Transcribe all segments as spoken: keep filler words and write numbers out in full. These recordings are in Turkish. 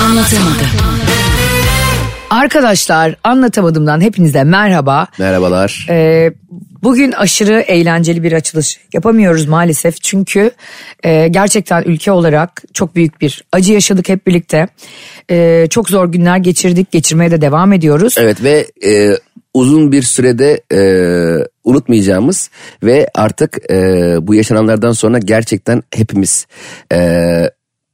Anlatamadım. Arkadaşlar, Anlatamadım'dan hepinize merhaba. Merhabalar. Ee, bugün aşırı eğlenceli bir açılış yapamıyoruz maalesef. Çünkü e, gerçekten ülke olarak çok büyük bir acı yaşadık hep birlikte. E, çok zor günler geçirdik, geçirmeye de devam ediyoruz. Evet ve e, uzun bir sürede e, unutmayacağımız ve artık e, bu yaşananlardan sonra gerçekten hepimiz... E,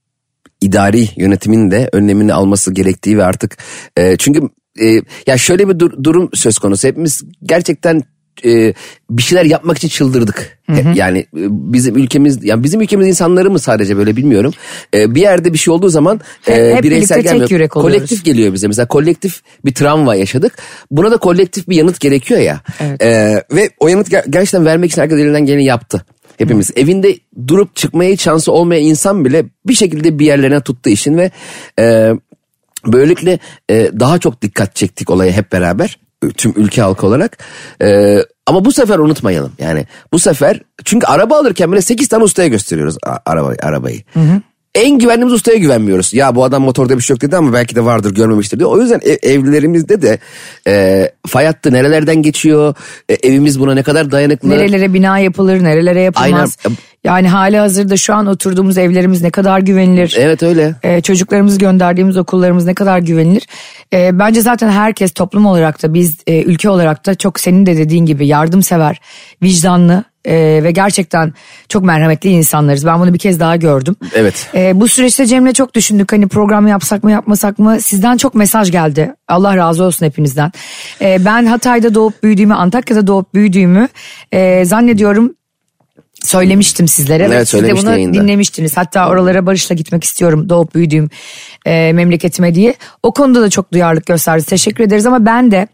idari yönetimin de önlemini alması gerektiği ve artık e, çünkü e, ya şöyle bir dur- durum söz konusu, hepimiz gerçekten e, bir şeyler yapmak için çıldırdık. Hı hı. Yani e, bizim ülkemiz, yani bizim ülkemiz insanları mı sadece böyle bilmiyorum. E, bir yerde bir şey olduğu zaman e, hep bireysel gelmiyor, kolektif geliyor bize. Mesela kolektif bir travma yaşadık. Buna da kolektif bir yanıt gerekiyor ya. Evet. E, ve o yanıt ger- gerçekten vermek için herkes elinden geleni yaptı. Hepimiz evinde durup çıkmaya şansı olmayan insan bile bir şekilde bir yerlerine tuttu işin ve e, böylelikle e, daha çok dikkat çektik olaya hep beraber, tüm ülke halkı olarak. E, ama bu sefer unutmayalım, yani bu sefer, çünkü araba alırken bile sekiz tane ustaya gösteriyoruz arabayı. arabayı. Hı hı. En güvendiğimiz ustaya güvenmiyoruz. Ya bu adam motorda bir şey yok dedi ama belki de vardır, görmemiştir diyor. O yüzden ev, evlerimizde de e, fay hattı nerelerden geçiyor, e, evimiz buna ne kadar dayanıklı. Nerelere bina yapılır, nerelere yapılmaz. Aynen. Yani hali hazırda şu an oturduğumuz evlerimiz ne kadar güvenilir. Evet öyle. E, çocuklarımızı gönderdiğimiz okullarımız ne kadar güvenilir. E, bence zaten herkes toplum olarak da, biz e, ülke olarak da çok senin de dediğin gibi yardımsever, vicdanlı. Ee, ve gerçekten çok merhametli insanlarız. Ben bunu bir kez daha gördüm. Evet. Ee, bu süreçte Cem'le çok düşündük. Hani program yapsak mı yapmasak mı? Sizden çok mesaj geldi. Allah razı olsun hepinizden. Ee, ben Hatay'da doğup büyüdüğümü, Antakya'da doğup büyüdüğümü e, zannediyorum söylemiştim sizlere. Evet, siz de bunu yayında dinlemiştiniz. Hatta oralara Barış'la gitmek istiyorum, doğup büyüdüğüm e, memleketime diye. O konuda da çok duyarlılık gösterdi. Teşekkür ederiz ama ben de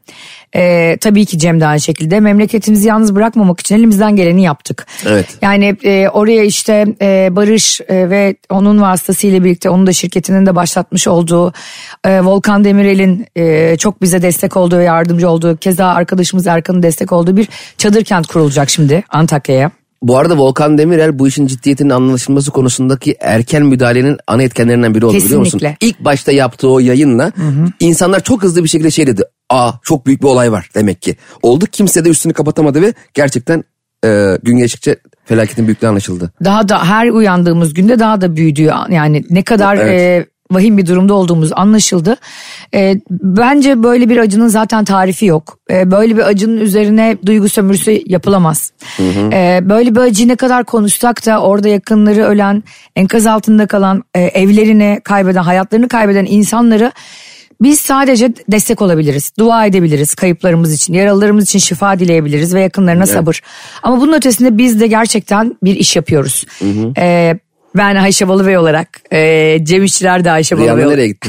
e, tabii ki Cem de aynı şekilde memleketimizi yalnız bırakmamak için elimizden geleni yaptık. Evet. Yani e, oraya işte e, Barış e, ve onun vasıtasıyla birlikte, onun da şirketinin de başlatmış olduğu e, Volkan Demirel'in e, çok bize destek olduğu ve yardımcı olduğu, keza arkadaşımız Erkan'ın destek olduğu bir çadır kent kurulacak şimdi Antakya'ya. Bu arada Volkan Demirel bu işin ciddiyetinin anlaşılması konusundaki erken müdahalenin ana etkenlerinden biri oldu. Kesinlikle. Biliyor musun? İlk başta yaptığı o yayınla hı hı. insanlar çok hızlı bir şekilde şey dedi. Aa, çok büyük bir olay var demek ki. Oldu, kimse de üstünü kapatamadı ve gerçekten e, gün geçtikçe felaketin büyüklüğü anlaşıldı. Daha da her uyandığımız günde daha da büyüdüğü, yani ne kadar... Evet. E, vahim bir durumda olduğumuz anlaşıldı. E, bence böyle bir acının zaten tarifi yok. E, böyle bir acının üzerine duygu sömürüsü yapılamaz. Hı hı. E, böyle bir acıyı ne kadar konuşsak da orada yakınları ölen, enkaz altında kalan, e, evlerini kaybeden, hayatlarını kaybeden insanları biz sadece destek olabiliriz, dua edebiliriz kayıplarımız için, yaralılarımız için şifa dileyebiliriz ve yakınlarına evet. sabır. Ama bunun ötesinde biz de gerçekten bir iş yapıyoruz. Hı hı. E, Ben Ayşe Balıbey olarak, e, Cem İşçiler de Ayşe Balıbey olarak. Rihanna nereye gitti?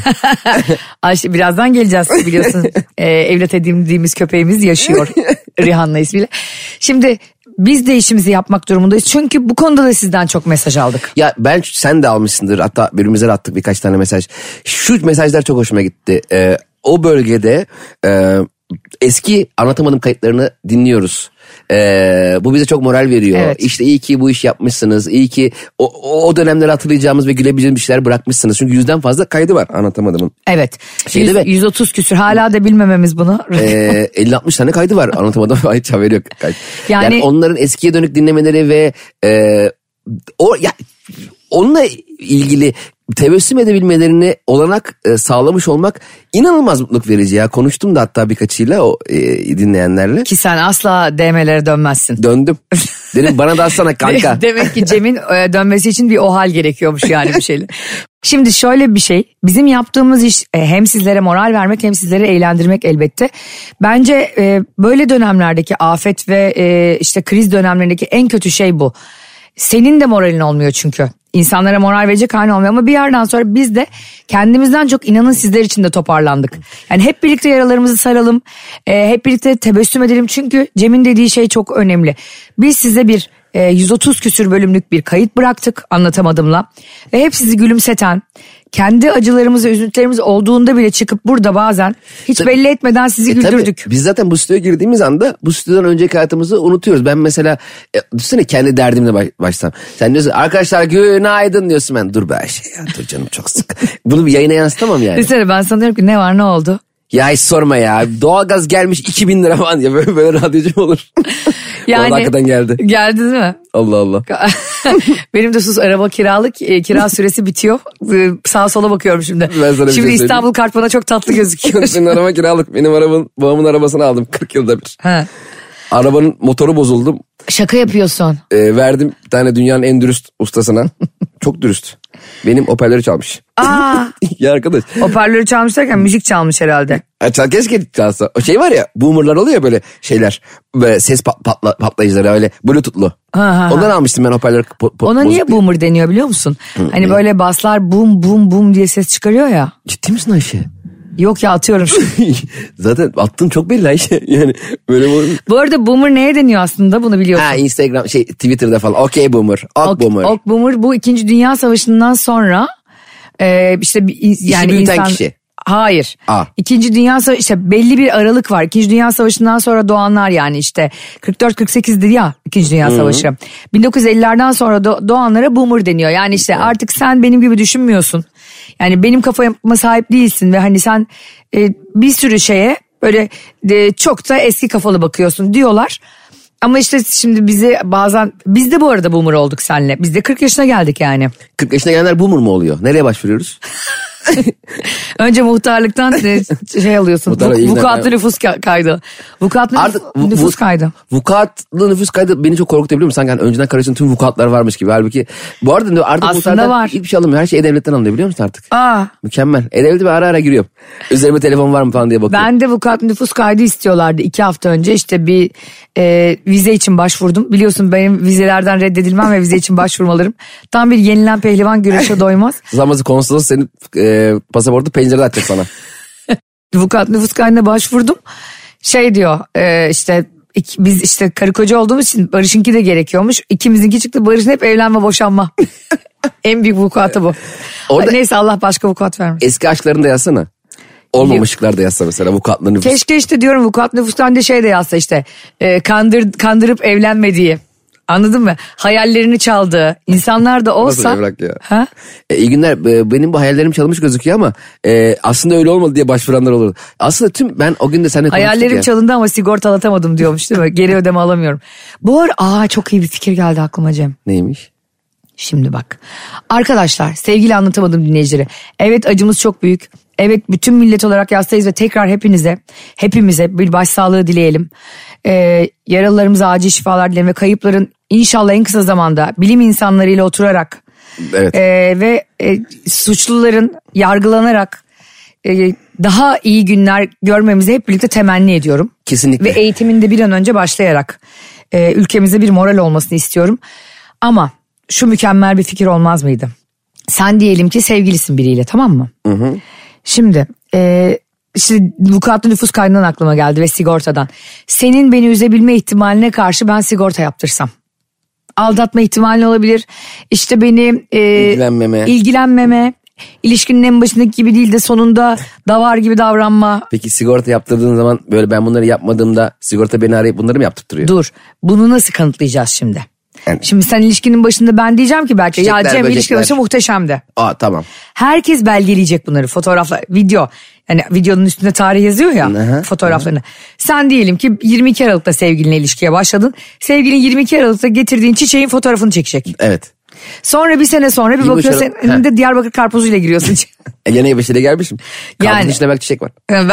Ayşe, birazdan geleceğiz biliyorsun. e, evlat edindiğimiz köpeğimiz yaşıyor Rihanna ismiyle. Şimdi biz de işimizi yapmak durumundayız. Çünkü bu konuda da sizden çok mesaj aldık. Ya ben, sen de almışsındır, hatta birbirimize attık birkaç tane mesaj. Şu mesajlar çok hoşuma gitti. Ee, o bölgede e, eski Anlatamadım kayıtlarını dinliyoruz. Ee, bu bize çok moral veriyor. Evet. İşte iyi ki bu iş yapmışsınız. İyi ki o, o dönemleri hatırlayacağımız ve gülebileceğimiz bir şeyler bırakmışsınız. Çünkü yüzden fazla kaydı var Anlatamadım'ın. Evet. yüz, ve, yüz otuz küsür. Hala da bilmememiz bunu. E, elli altmış tane kaydı var Anlatamadım. Hiç haberi yok. Yani, yani onların eskiye dönük dinlemeleri ve e, o ya onunla ilgili tebessüm edebilmelerine olanak e, sağlamış olmak inanılmaz mutluluk verici ya. Konuştum da hatta birkaçıyla, o e, dinleyenlerle. Ki sen asla D M'lere dönmezsin. Döndüm. Dedim bana da atsana kanka. Demek ki Cem'in e, dönmesi için bir o hal gerekiyormuş yani bir şeyler. Şimdi şöyle bir şey, bizim yaptığımız iş e, hem sizlere moral vermek hem sizleri eğlendirmek elbette. Bence e, böyle dönemlerdeki afet ve e, işte kriz dönemlerindeki en kötü şey bu. Senin de moralin olmuyor çünkü. İnsanlara moral verecek halin olmuyor ama bir yerden sonra biz de kendimizden çok, inanın, sizler için de toparlandık. Yani hep birlikte yaralarımızı saralım, e, hep birlikte tebessüm edelim. Çünkü Cem'in dediği şey çok önemli. Biz size bir e, yüz otuz küsür bölümlük bir kayıt bıraktık Anlatamadım'la ve hep sizi gülümseten, kendi acılarımız ve üzüntülerimiz olduğunda bile çıkıp burada bazen hiç tabii, belli etmeden sizi e, güldürdük. Tabii, biz zaten bu stüdyoya girdiğimiz anda bu stüdyodan önceki hayatımızı unutuyoruz. Ben mesela e, düşünsene kendi derdimle baş, başlasam. Sen diyorsun arkadaşlar günaydın diyorsun, ben dur be Ayşe ya dur canım çok sık. Bunu bir yayına yansıtamam yani. Düşünsene ben sanıyorum ki ne var ne oldu? Ya hiç sorma ya. Doğalgaz gelmiş iki bin lira falan ya. Böyle, böyle radyocu mu olur? Yani. Orada hakikaten geldi. Geldi değil mi? Allah Allah. Benim de sus araba kiralık. E, kira süresi bitiyor. E, sağa sola bakıyorum şimdi. Şimdi şey İstanbul kart bana çok tatlı gözüküyor. Senin araba kiralık. Benim arabamın, babamın arabasını aldım kırk yılda bir. He. Arabanın motoru bozuldu. Şaka yapıyorsun. E, verdim bir tane dünyanın en dürüst ustasına. Çok dürüst. Benim hoparlörü çalmış. Aa. Ya arkadaş. Hoparlörü çalmış derken müzik çalmış herhalde. Ya çal, keşke çalsa. O şey var ya, boomerlar oluyor ya böyle şeyler. Böyle ses pat, patla, patlayıcıları öyle bluetoothlu. Ha, ha, Ondan ha. almıştım ben hoparlör. Po, po, Ona niye diye. Boomer deniyor biliyor musun? Hı, hani ne? Böyle baslar boom boom boom diye ses çıkarıyor ya. Ciddi misin Ayşe? Yok ya atıyorum şimdi. Zaten attığın çok belli Ayşe. Yani böyle bu. Bu arada boomer neye deniyor aslında bunu biliyorsun. Ha Instagram şey Twitter'da falan. Okey boomer. Ok, ok boomer. Ok boomer bu İkinci Dünya Savaşı'ndan sonra e, işte yani İşi insan. Kişi. Hayır. Aa. İkinci Dünya Savaşı işte belli bir aralık var. İkinci Dünya Savaşı'ndan sonra doğanlar yani işte kırk dört kırk sekizdi ya İkinci Dünya Hı-hı. Savaşı. bin dokuz yüz ellilerden sonra do- doğanlara boomer deniyor. Yani işte Hı-hı. artık sen benim gibi düşünmüyorsun. Yani benim kafama sahip değilsin ve hani sen e, bir sürü şeye böyle e, çok da eski kafalı bakıyorsun diyorlar. Ama işte şimdi bizi bazen biz de bu arada boomer olduk seninle. Biz de kırk yaşına geldik yani. kırk yaşına gelenler boomer mu oluyor? Nereye başvuruyoruz? Önce muhtarlıktan şey alıyorsun. Vukuatlı nüfus kaydı. Vukuatlı Artık, nüfus kaydı. Vukuatlı nüfus kaydı beni çok korkutuyor biliyor musun? Sanki hani önceden karıştığın tüm vukuatlar varmış gibi. Halbuki bu arada artık aslında var. Hiçbir şey alınmıyor. Her şey E-Devlet'ten alınıyor biliyor musun artık? Aa. Mükemmel. E-Devlet'e ara ara giriyorum. Üzerime telefon var mı falan diye bakıyorum. Ben de vukuatlı nüfus kaydı istiyorlardı. iki hafta önce işte bir e, vize için başvurdum. Biliyorsun benim vizelerden reddedilmem ve vize için başvurmalarım. Tam bir yenilen pehlivan güreşe doymaz. Zamanı konsolos senin e, pasaportu pencerede açacak sana. Vukuat nüfus kaydına başvurdum. Şey diyor e, işte iki, biz işte karı koca olduğumuz için Barış'ınki de gerekiyormuş. İkimizinki çıktı, Barış'ın hep evlenme boşanma. En büyük vukuatı bu. Orada, neyse Allah başka vukuat vermiş. Eski aşklarını da yazsana. Olmamışlıklar da yazsa mesela vukuatlı nüfus. Keşke işte diyorum vukuat nüfustan da şey de yazsa işte e, kandır, kandırıp evlenmediği. Anladın mı? Hayallerini çaldığı insanlar da olsa. Nasıl evrak ya? Ha? E, iyi günler. E, benim bu hayallerim çalınmış gözüküyor ama e, aslında öyle olmadı diye başvuranlar olur. Aslında tüm ben o gün de seninle konuştuk ya. Hayallerim çalındı ama sigortalatamadım diyormuş değil mi? Geri ödeme alamıyorum. Bu ara aa çok iyi bir fikir geldi aklıma Cem. Neymiş? Şimdi bak. Arkadaşlar, sevgili anlatamadım dinleyicileri. Evet acımız çok büyük. Evet bütün millet olarak yastayız ve tekrar hepinize, hepimize bir başsağlığı dileyelim. Ee, yaralılarımıza acil şifalar dileyelim ve kayıpların inşallah en kısa zamanda bilim insanlarıyla oturarak evet. e, ve e, suçluların yargılanarak e, daha iyi günler görmemizi hep birlikte temenni ediyorum. Kesinlikle. Ve eğitiminde bir an önce başlayarak e, ülkemize bir moral olmasını istiyorum. Ama şu mükemmel bir fikir olmaz mıydı? Sen diyelim ki sevgilisin biriyle, tamam mı? Hı hı. Şimdi e, işte vukuatlı nüfus kaydından aklıma geldi ve sigortadan. Senin beni üzebilme ihtimaline karşı ben sigorta yaptırsam. Aldatma ihtimali olabilir. İşte beni e, ilgilenmeme. ilgilenmeme. İlişkinin en başındaki gibi değil de sonunda davar gibi davranma. Peki sigorta yaptırdığın zaman böyle ben bunları yapmadığımda sigorta beni arayıp bunları mı yaptırtırıyor? Dur, bunu nasıl kanıtlayacağız şimdi? Yani. Şimdi sen ilişkinin başında ben diyeceğim ki belki Çiçekler, ya Cem böcekler. ilişkinin başı muhteşemdi. Aa tamam. Herkes belgeleyecek bunları, fotoğraflar, video. Yani videonun üstünde tarih yazıyor ya, Aha, fotoğraflarını. aha. Sen diyelim ki yirmi iki Aralık'ta sevgilinle ilişkiye başladın. Sevgilin yirmi iki Aralık'ta getirdiğin çiçeğin fotoğrafını çekecek. Evet. Sonra bir sene sonra bir bakıyorsun sen önünde Diyarbakır karpuzuyla giriyorsun. Elene yavaşıyla gelmişim. Karpuzun Yani. içinde belki çiçek var.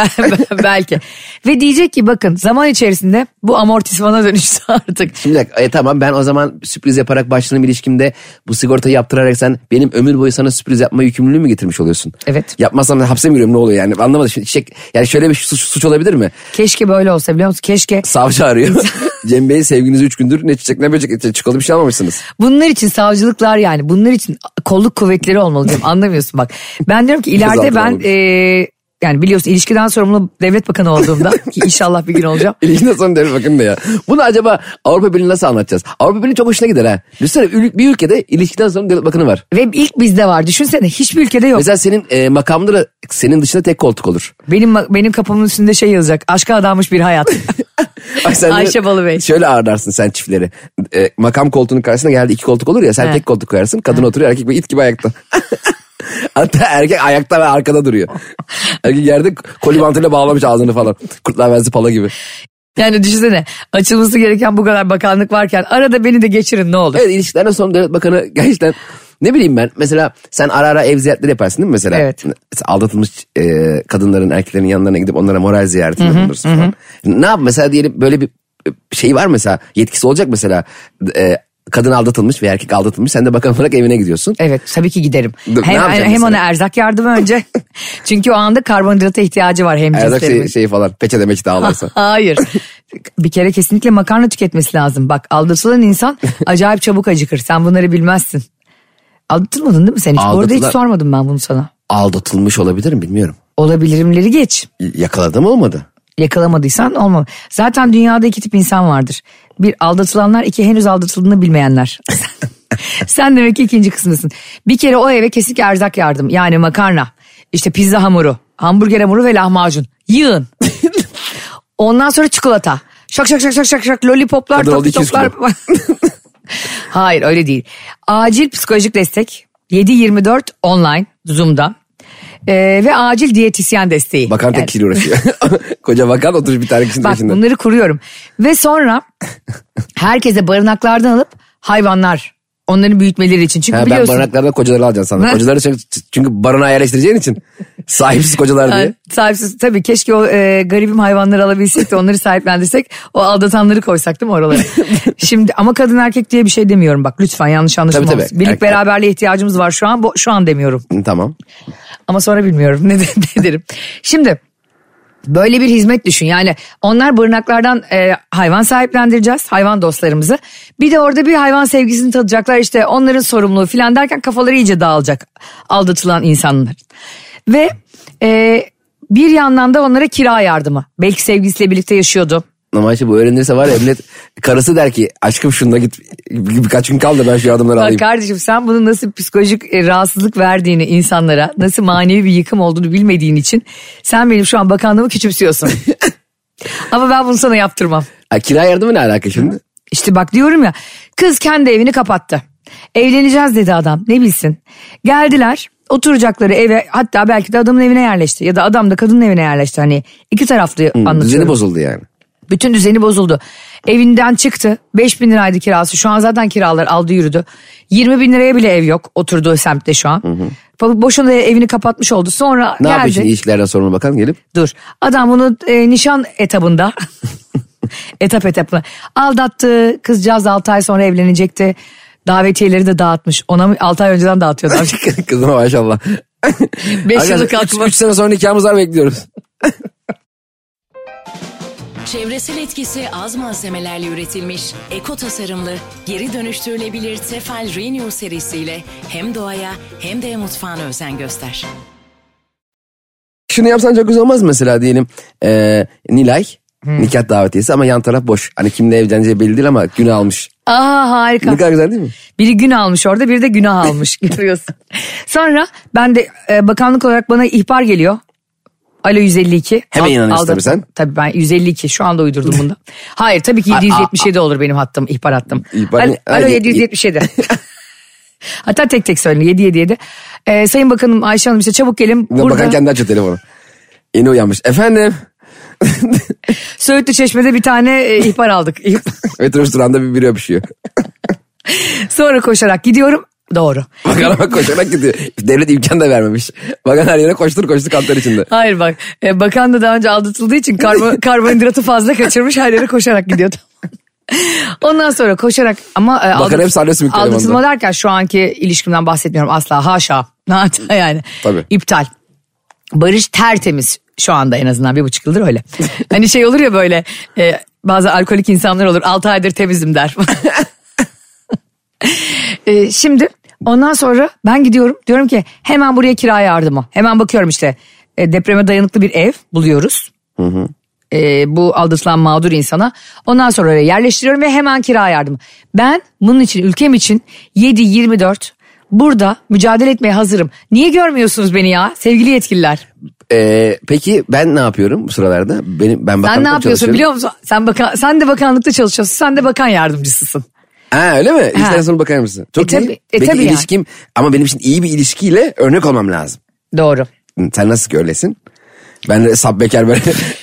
Belki. Ve diyecek ki bakın zaman içerisinde bu amortismana dönüştü artık. Şimdi e, tamam ben o zaman sürpriz yaparak başladığım ilişkimde bu sigortayı yaptırarak sen benim ömür boyu sana sürpriz yapma yükümlülüğü mü getirmiş oluyorsun? Evet. Yapmazsam hapse mi giriyorum, ne oluyor yani anlamadım. Şimdi çiçek, yani şöyle bir suç, suç olabilir mi? Keşke böyle olsa biliyor musun? Keşke. Savcı arıyor. Cem Bey sevginizi üç gündür ne çiçek ne böcek çikolata bir şey almamışsınız. Bunlar için savcılıklar yani bunlar için kolluk kuvvetleri olmalı diyorum, anlamıyorsun bak. Ben diyorum ki ileride ben e, yani biliyorsun ilişkiden sorumlu devlet bakanı olduğumda ki inşallah bir gün olacağım. İlişkiden sorumlu devlet bakanı da ya. Bunu acaba Avrupa Birliği'ni nasıl anlatacağız? Avrupa Birliği çok hoşuna gider ha. Düşünsene bir ülkede ilişkiden sorumlu devlet bakanı var. Ve ilk bizde var. Düşünsene hiçbir ülkede yok. Mesela senin e, makamında da senin dışında tek koltuk olur. Benim benim kapımın üstünde şey yazacak. Aşka adanmış bir hayat. Ayşe Balıbey. Şöyle ağırlarsın sen çiftleri. E, makam koltuğunun karşısına geldi iki koltuk olur ya. Sen He. tek koltuk koyarsın. Kadın He. oturuyor, erkek böyle it gibi ayakta. Hatta erkek ayakta ve arkada duruyor. Erkek yerde koli bantıyla bağlamış ağzını falan. Kurtlar Vadisi pala gibi. Yani düşünsene açılması gereken bu kadar bakanlık varken arada beni de geçirin ne olur. Evet, ilişkilerden sonra devlet bakanı gerçekten ne bileyim ben mesela sen ara ara ev ziyaretleri yaparsın değil mi mesela? Evet. Mesela aldatılmış e, kadınların erkeklerin yanlarına gidip onlara moral ziyaretinde bulunursun falan. Ne yap mesela diyelim böyle bir şey var mesela, yetkisi olacak mesela. E, kadın aldatılmış ve erkek aldatılmış, sen de bakan olarak evine gidiyorsun. Evet tabii ki giderim. D- hem hem ona erzak yardımı önce. Çünkü o anda karbonhidrata ihtiyacı var hem erzak şey, şey falan peçete meçete ağlarsa. Hayır. Bir kere kesinlikle makarna tüketmesi lazım. Bak aldatılan insan acayip çabuk acıkır. Sen bunları bilmezsin. Aldatılmadın değil mi sen hiç? Aldatılan... Orada hiç sormadım ben bunu sana. Aldatılmış olabilirim, bilmiyorum. Olabilirimleri geç. Yakaladı mı olmadı? Yakalamadıysan olmaz. Zaten dünyada iki tip insan vardır. Bir aldatılanlar, iki henüz aldatıldığını bilmeyenler. Sen demek ki ikinci kısmısın. Bir kere o eve kesinlikle erzak yardım. Yani makarna, işte pizza hamuru, hamburger hamuru ve lahmacun. Yığın. Ondan sonra çikolata. Şak şak şak şak şak şak lollipoplar, tatlı toplar. Hayır öyle değil. Acil psikolojik destek. yedi yirmi dört online Zoom'da. Ee, ve acil diyetisyen desteği. Bakan tek yani. kişiyle uğraşıyor. Koca bakan oturmuş bir tane kişinin Bak, peşinde. Bak bunları kuruyorum. Ve sonra herkese barınaklardan alıp hayvanlar, onların büyütmeleri için. Çünkü ha, biliyorsun. Ben barınaklardan kocaları alacağım sana. Kocaları çünkü, çünkü barınağa yerleştireceğin için. Sahipsiz kocalar diye. Sahipsiz tabii, keşke o e, garibim hayvanları alabilsek de onları sahiplendirsek. O aldatanları koysak değil mi oralara? Şimdi ama kadın erkek diye bir şey demiyorum bak, lütfen yanlış anlaşılmasın. Tabii, tabii. Birlik erkek, beraberliğe ihtiyacımız var şu an. Bu, şu an demiyorum. Tamam. Ama sonra bilmiyorum ne, ne derim. Şimdi böyle bir hizmet düşün. Yani onlar barınaklardan e, hayvan sahiplendireceğiz, hayvan dostlarımızı. Bir de orada bir hayvan sevgisini tadacaklar, işte onların sorumluluğu falan derken kafaları iyice dağılacak aldatılan insanlar. Ve e, bir yandan da onlara kira yardımı. Belki sevgilisiyle birlikte yaşıyordu. Ama işte bu öğrenirse var ya millet, karısı der ki aşkım şununla git birkaç gün kal da ben şu yardımları alayım. Bak kardeşim, sen bunun nasıl psikolojik e, rahatsızlık verdiğini insanlara, nasıl manevi bir yıkım olduğunu bilmediğin için sen benim şu an bakanlığımı küçümsüyorsun. Ama ben bunu sana yaptırmam. Ha, kira yardımı ne alaka şimdi? İşte bak diyorum ya, kız kendi evini kapattı. Evleneceğiz dedi adam, ne bilsin. Geldiler oturacakları eve, hatta belki de adamın evine yerleşti ya da adam da kadının evine yerleşti. Hani iki taraflı hmm, anlatıyorum. Düzeni bozuldu yani. Bütün düzeni bozuldu. Evinden çıktı. beş bin liraydı kirası. Şu an zaten kiralar aldı yürüdü. yirmi bin liraya bile ev yok oturduğu semtte şu an. Hı hı. Boşuna evini kapatmış oldu. Sonra ne geldi. yapıyor şimdi ilişkilerden sorumlu bakan gelip? Dur. Adam bunu e, nişan etabında etap etapına aldattı. Kızcağız altı ay sonra evlenecekti. Davetiyeleri de dağıtmış. Ona altı ay önceden dağıtıyordu. Kızıma maşallah. beş yıllık aklı. üç sene sonra nikahımız var, bekliyoruz. Çevresel etkisi az malzemelerle üretilmiş, eko tasarımlı, geri dönüştürülebilir Tefal Renew serisiyle hem doğaya hem de mutfağına özen göster. Şunu yapsan çok güzel olmaz mesela, diyelim ee, Nilay hmm. nikah davetiyesi ama yan taraf boş. Hani kimle evleneceği belli değil ama günah almış. Aa harika. Ne kadar güzel değil mi? Biri gün almış orada, biri de günah almış. Görüyorsun. Sonra ben de e, bakanlık olarak bana ihbar geliyor. Alo yüz elli iki. Hemen inanıyorsun tabii sen. Tabii ben yüz elli iki şu anda uydurdum bunu. Hayır tabii ki yedi yüz yetmiş yedi olur benim hattım, ihbar hattım. İhbar, Alo, alo yedi yüz yetmiş yedi. Hatta tek tek söyle yedi yedi yedi. Ee, Sayın Bakanım Ayşe Hanım işte çabuk gelin. Burada... Bakan kendi açıyor telefonu. Yeni uyanmış. Efendim? Söğütlü Çeşme'de bir tane e, ihbar aldık. Metrobüs durağında bir biri öpüşüyor. Sonra koşarak gidiyorum. Doğru. Bakan bak koşarak gidiyor. Devlet imkan da vermemiş. Bakan her yere koştur koştur kanter içinde. Hayır bak. E, bakan da daha önce aldatıldığı için karbon, karbonhidratı fazla kaçırmış, her yere koşarak gidiyordu. Ondan sonra koşarak ama e, aldat, hep aldatılma derken şu anki ilişkimden bahsetmiyorum asla. Haşa. Hatta yani. Tabii. İptal. Barış tertemiz şu anda, en azından bir buçuk yıldır öyle. Hani şey olur ya böyle e, bazı alkolik insanlar olur, altı aydır temizim der. e, şimdi ondan sonra ben gidiyorum, diyorum ki hemen buraya kira yardımı. Hemen bakıyorum işte e, depreme dayanıklı bir ev buluyoruz. Hı hı. E, bu aldatılan mağdur insana. Ondan sonra oraya yerleştiriyorum ve hemen kira yardımı. Ben bunun için, ülkem için yedi yirmi dört burada mücadele etmeye hazırım. Niye görmüyorsunuz beni ya sevgili yetkililer? Ee, peki ben ne yapıyorum bu sıralarda? Benim, ben sen ne yapıyorsun biliyor musun? Sen, bakan, sen de bakanlıkta çalışıyorsun. Sen de bakan yardımcısısın. Ha öyle mi? İşten sonra bakar mısın? Çok e, iyi. Tabii, e, tabii ilişkim yani. Ama benim için iyi bir ilişkiyle örnek olmam lazım. Doğru. Sen nasıl ki öylesin? Ben de sap bekar böyle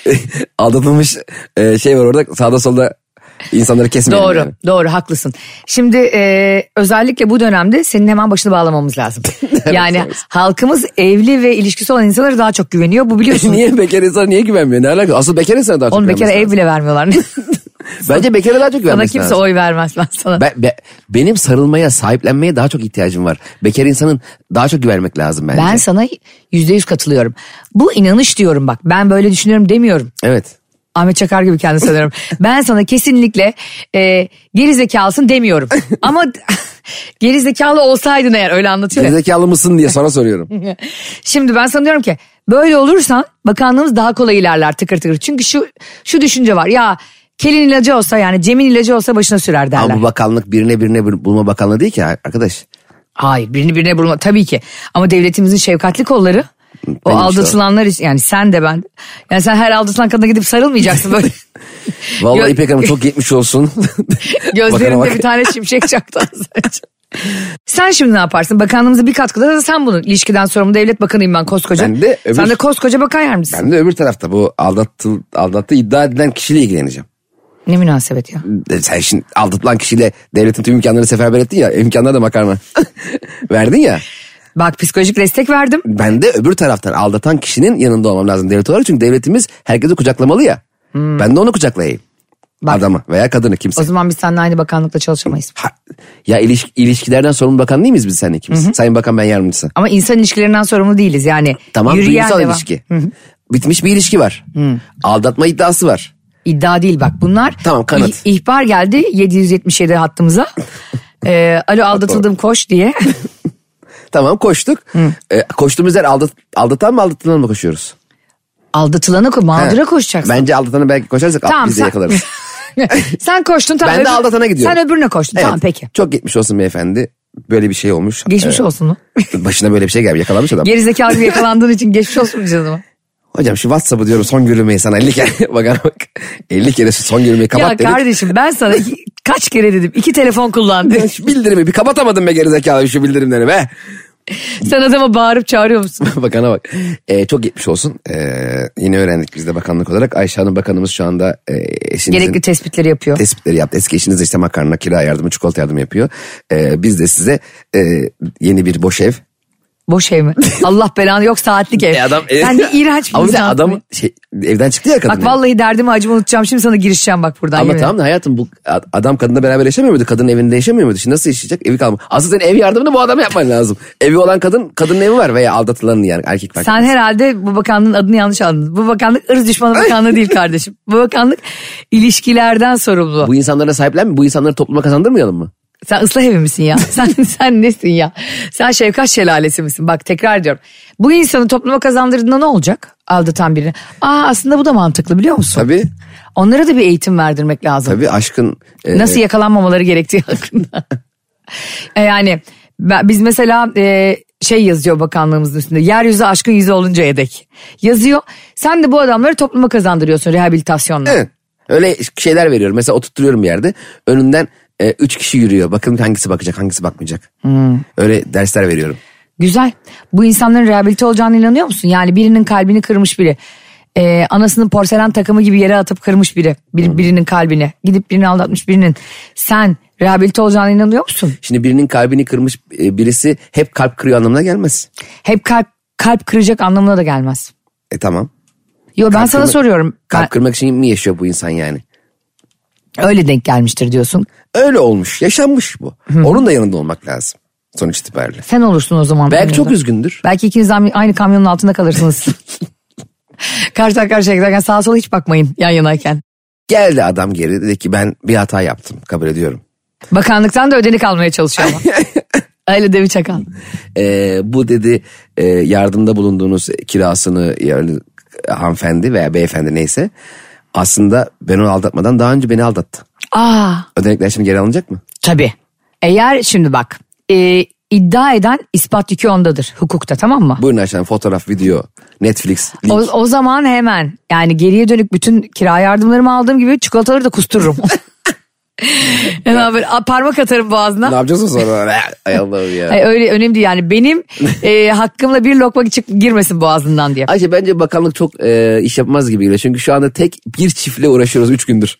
aldatılmış şey var orada sağda solda insanları kesmeyelim. Doğru yani. Doğru haklısın. Şimdi e, özellikle bu dönemde senin hemen başını bağlamamız lazım. Yani halkımız evli ve ilişkisi olan insanlara daha çok güveniyor. Bu biliyorsun. Niye bekar insana niye güvenmiyor? Ne alakası? Asıl bekar insana daha çok güvenmiyor. Onun bekara ev bile vermiyorlar. Bence bekara daha çok güvenmesi lazım. Sana kimse oy vermez ben sana. Ben, be, benim sarılmaya, sahiplenmeye daha çok ihtiyacım var. Bekar insanın daha çok güvenmek lazım bence. Ben sana yüzde yüz katılıyorum. Bu inanış diyorum bak. Ben böyle düşünüyorum demiyorum. Evet. Ahmet Çakar gibi kendini sanıyorum. Ben sana kesinlikle e, gerizekalısın demiyorum. Ama gerizekalı olsaydın eğer öyle anlatıyorum. Gerizekalı mısın diye sana soruyorum. Şimdi ben sana diyorum ki böyle olursan bakanlığımız daha kolay ilerler tıkır tıkır. Çünkü şu şu düşünce var ya kelin ilacı olsa yani Cem'in ilacı olsa başına sürer derler. Ama bu bakanlık birine birine bulma bakanlığı değil ki arkadaş. Hayır birini birine bulma tabii ki. Ama devletimizin şefkatli kolları o benim aldatılanlar işte. Yani sen de ben. Yani sen her aldatılan kadına gidip sarılmayacaksın böyle. Vallahi İpek Hanım çok geçmiş olsun. Gözlerinde bir tane şimşek çaktı az önce. Sen şimdi ne yaparsın? Bakanlığımıza bir katkıda da sen bunu. İlişkiden sorumlu devlet bakanıyım ben koskoca. Ben de öbür, sen de koskoca bakan yardımcısın. Ben de öbür tarafta bu aldattı, aldattı iddia edilen kişiyle ilgileneceğim. Ne münasebet ya. Sen şimdi aldatılan kişiyle devletin tüm imkanlarını seferber ettin ya. İmkanlar da makarna. Verdin ya. Bak psikolojik destek verdim. Ben de öbür taraftan aldatan kişinin yanında olmam lazım devlet olarak. Çünkü devletimiz herkesi kucaklamalı ya. Hmm. Ben de onu kucaklayayım. Bak, adamı veya kadını kimse. O zaman biz seninle aynı bakanlıkta çalışamayız. Ha, ya iliş, ilişkilerden sorumlu bakan değil miyiz biz seninle ikimiz? Hı hı. Sayın Bakan ben yardımcısı. Ama insan ilişkilerinden sorumlu değiliz yani. Tamam duygusal ilişki. Hı hı. Bitmiş bir ilişki var. Hı. Aldatma iddiası var. İddia değil bak bunlar. Tamam kanıt. İh, ihbar geldi yedi yüz yetmiş yedi hattımıza. ee, alo aldatıldım koş diye. Tamam koştuk. Ee, koştuğumuz yer aldat, aldatan mı aldatılan mı koşuyoruz? Aldatılanı ko mağdura koşacaksın. Bence aldatanı belki koşarsak tamam, biz de sen... yakalarız. Sen koştun tamam. Ben de aldatana gidiyorum. Sen öbürüne koştun evet. Tamam peki. Çok geçmiş olsun beyefendi. Böyle bir şey olmuş. Geçmiş ee, olsun mu? Başına böyle bir şey gelmiş yakalanmış adam. Gerizekalı gibi yakalandığın için geçmiş olsun mu canım? Hocam şu WhatsApp'ı diyorum son görülmeyi sana elli kere bak bak elli kere son görülmeyi kapat dedik. Ya kardeşim ben sana kaç kere dedim iki telefon kullandım. Şu bildirimi bir kapatamadım be gerizekalı şu bildirimleri be. Sen adama bağırıp çağırıyor musun? Bakana bak. Ee, çok geçmiş olsun. Ee, yine öğrendik biz de bakanlık olarak. Ayşe Hanım bakanımız şu anda e, eşinizin... Gerekli tespitleri yapıyor. Tespitleri yaptı. Eski eşiniz de işte makarna, kira yardımı, çikolata yardımı yapıyor. Ee, biz de size e, yeni bir boş ev. Boş ev mi? Allah belanı yok saatlik ev. E adam, e, sen de iğrenç bir insan. Ama adam şey, evden çıktı ya kadın. Bak vallahi yani. Derdimi acımı unutacağım. Şimdi sana girişeceğim bak buradan. Ama tamam da hayatım bu adam kadınla beraber yaşamıyor muydu? Kadının evinde yaşamıyor muydu? Şimdi nasıl yaşayacak? Evi kalmıyor. Aslında senin ev yardımını bu adama yapman lazım. Evi olan kadın, kadının evi var veya aldatılanın yani erkek fark Sen herhalde bu bakanlığın adını yanlış anladın. Bu bakanlık ırz düşmanı bakanlığı değil kardeşim. Bu bakanlık ilişkilerden sorumlu. Bu insanlara sahiplenme, bu insanları topluma kazandırmayalım mı? Sen ıslah evi misin ya? Sen sen nesin ya? Sen şefkat şelalesi misin? Bak tekrar diyorum. Bu insanı topluma kazandırdığında ne olacak? Aldatan birini. Aa aslında bu da mantıklı biliyor musun? Tabii. Onlara da bir eğitim verdirmek lazım. Tabii aşkın. E... Nasıl yakalanmamaları gerektiği hakkında. e yani biz mesela e, şey yazıyor bakanlığımızın üstünde. Yeryüzü aşkın yüzü oluncaya dek. Yazıyor. Sen de bu adamları topluma kazandırıyorsun rehabilitasyonla. Evet. Öyle şeyler veriyorum. Mesela oturtuyorum bir yerde. Önünden e, üç kişi yürüyor. Bakın hangisi bakacak hangisi bakmayacak. Hmm. Öyle dersler veriyorum. Güzel. Bu insanların rehabilite olacağına inanıyor musun? Yani birinin kalbini kırmış biri. Ee, anasının porselen takımı gibi yere atıp kırmış biri. Bir, hmm. Birinin kalbini. Gidip birini aldatmış birinin. Sen rehabilite olacağına inanıyor musun? Şimdi birinin kalbini kırmış birisi hep kalp kırıyor anlamına gelmez. Hep kalp, kalp kıracak anlamına da gelmez. E tamam. Yo ben kalp sana kırma, soruyorum. Kalp ben... kırmak için mi yaşıyor bu insan yani? Öyle denk gelmiştir diyorsun. Öyle olmuş, yaşanmış bu. Hı. Onun da yanında olmak lazım sonuç itibariyle. Sen olursun o zaman. Belki çok üzgündür. Belki ikiniz aynı kamyonun altında kalırsınız. Karşıdan karşıya giderken sağa sola hiç bakmayın yan yanayken. Geldi adam geri dedi ki ben bir hata yaptım kabul ediyorum. Bakanlıktan da ödenek almaya çalışıyor ama. Öyle Devi Çakal. Ee, bu dedi e, yardımda bulunduğunuz kirasını yani hanımefendi veya beyefendi neyse aslında ben onu aldatmadan daha önce beni aldattı. Aa. Ödenekler şimdi geri alınacak mı? Tabii. Eğer şimdi bak e, iddia eden ispat yükü ondadır hukukta, tamam mı? Buyurun aşağıdan fotoğraf, video, Netflix, link. O, o zaman hemen yani geriye dönük bütün kira yardımlarımı aldığım gibi çikolataları da kustururum. Hemen böyle parmak atarım boğazına. Ne yapacağız o sonra? Ay Allah'ım ya. Hayır, öyle önemli değil yani benim e, hakkımla bir lokma çık girmesin boğazından diye. Ayşe bence bakanlık çok e, iş yapmaz gibi geliyor. Çünkü şu anda tek bir çiftle uğraşıyoruz üç gündür.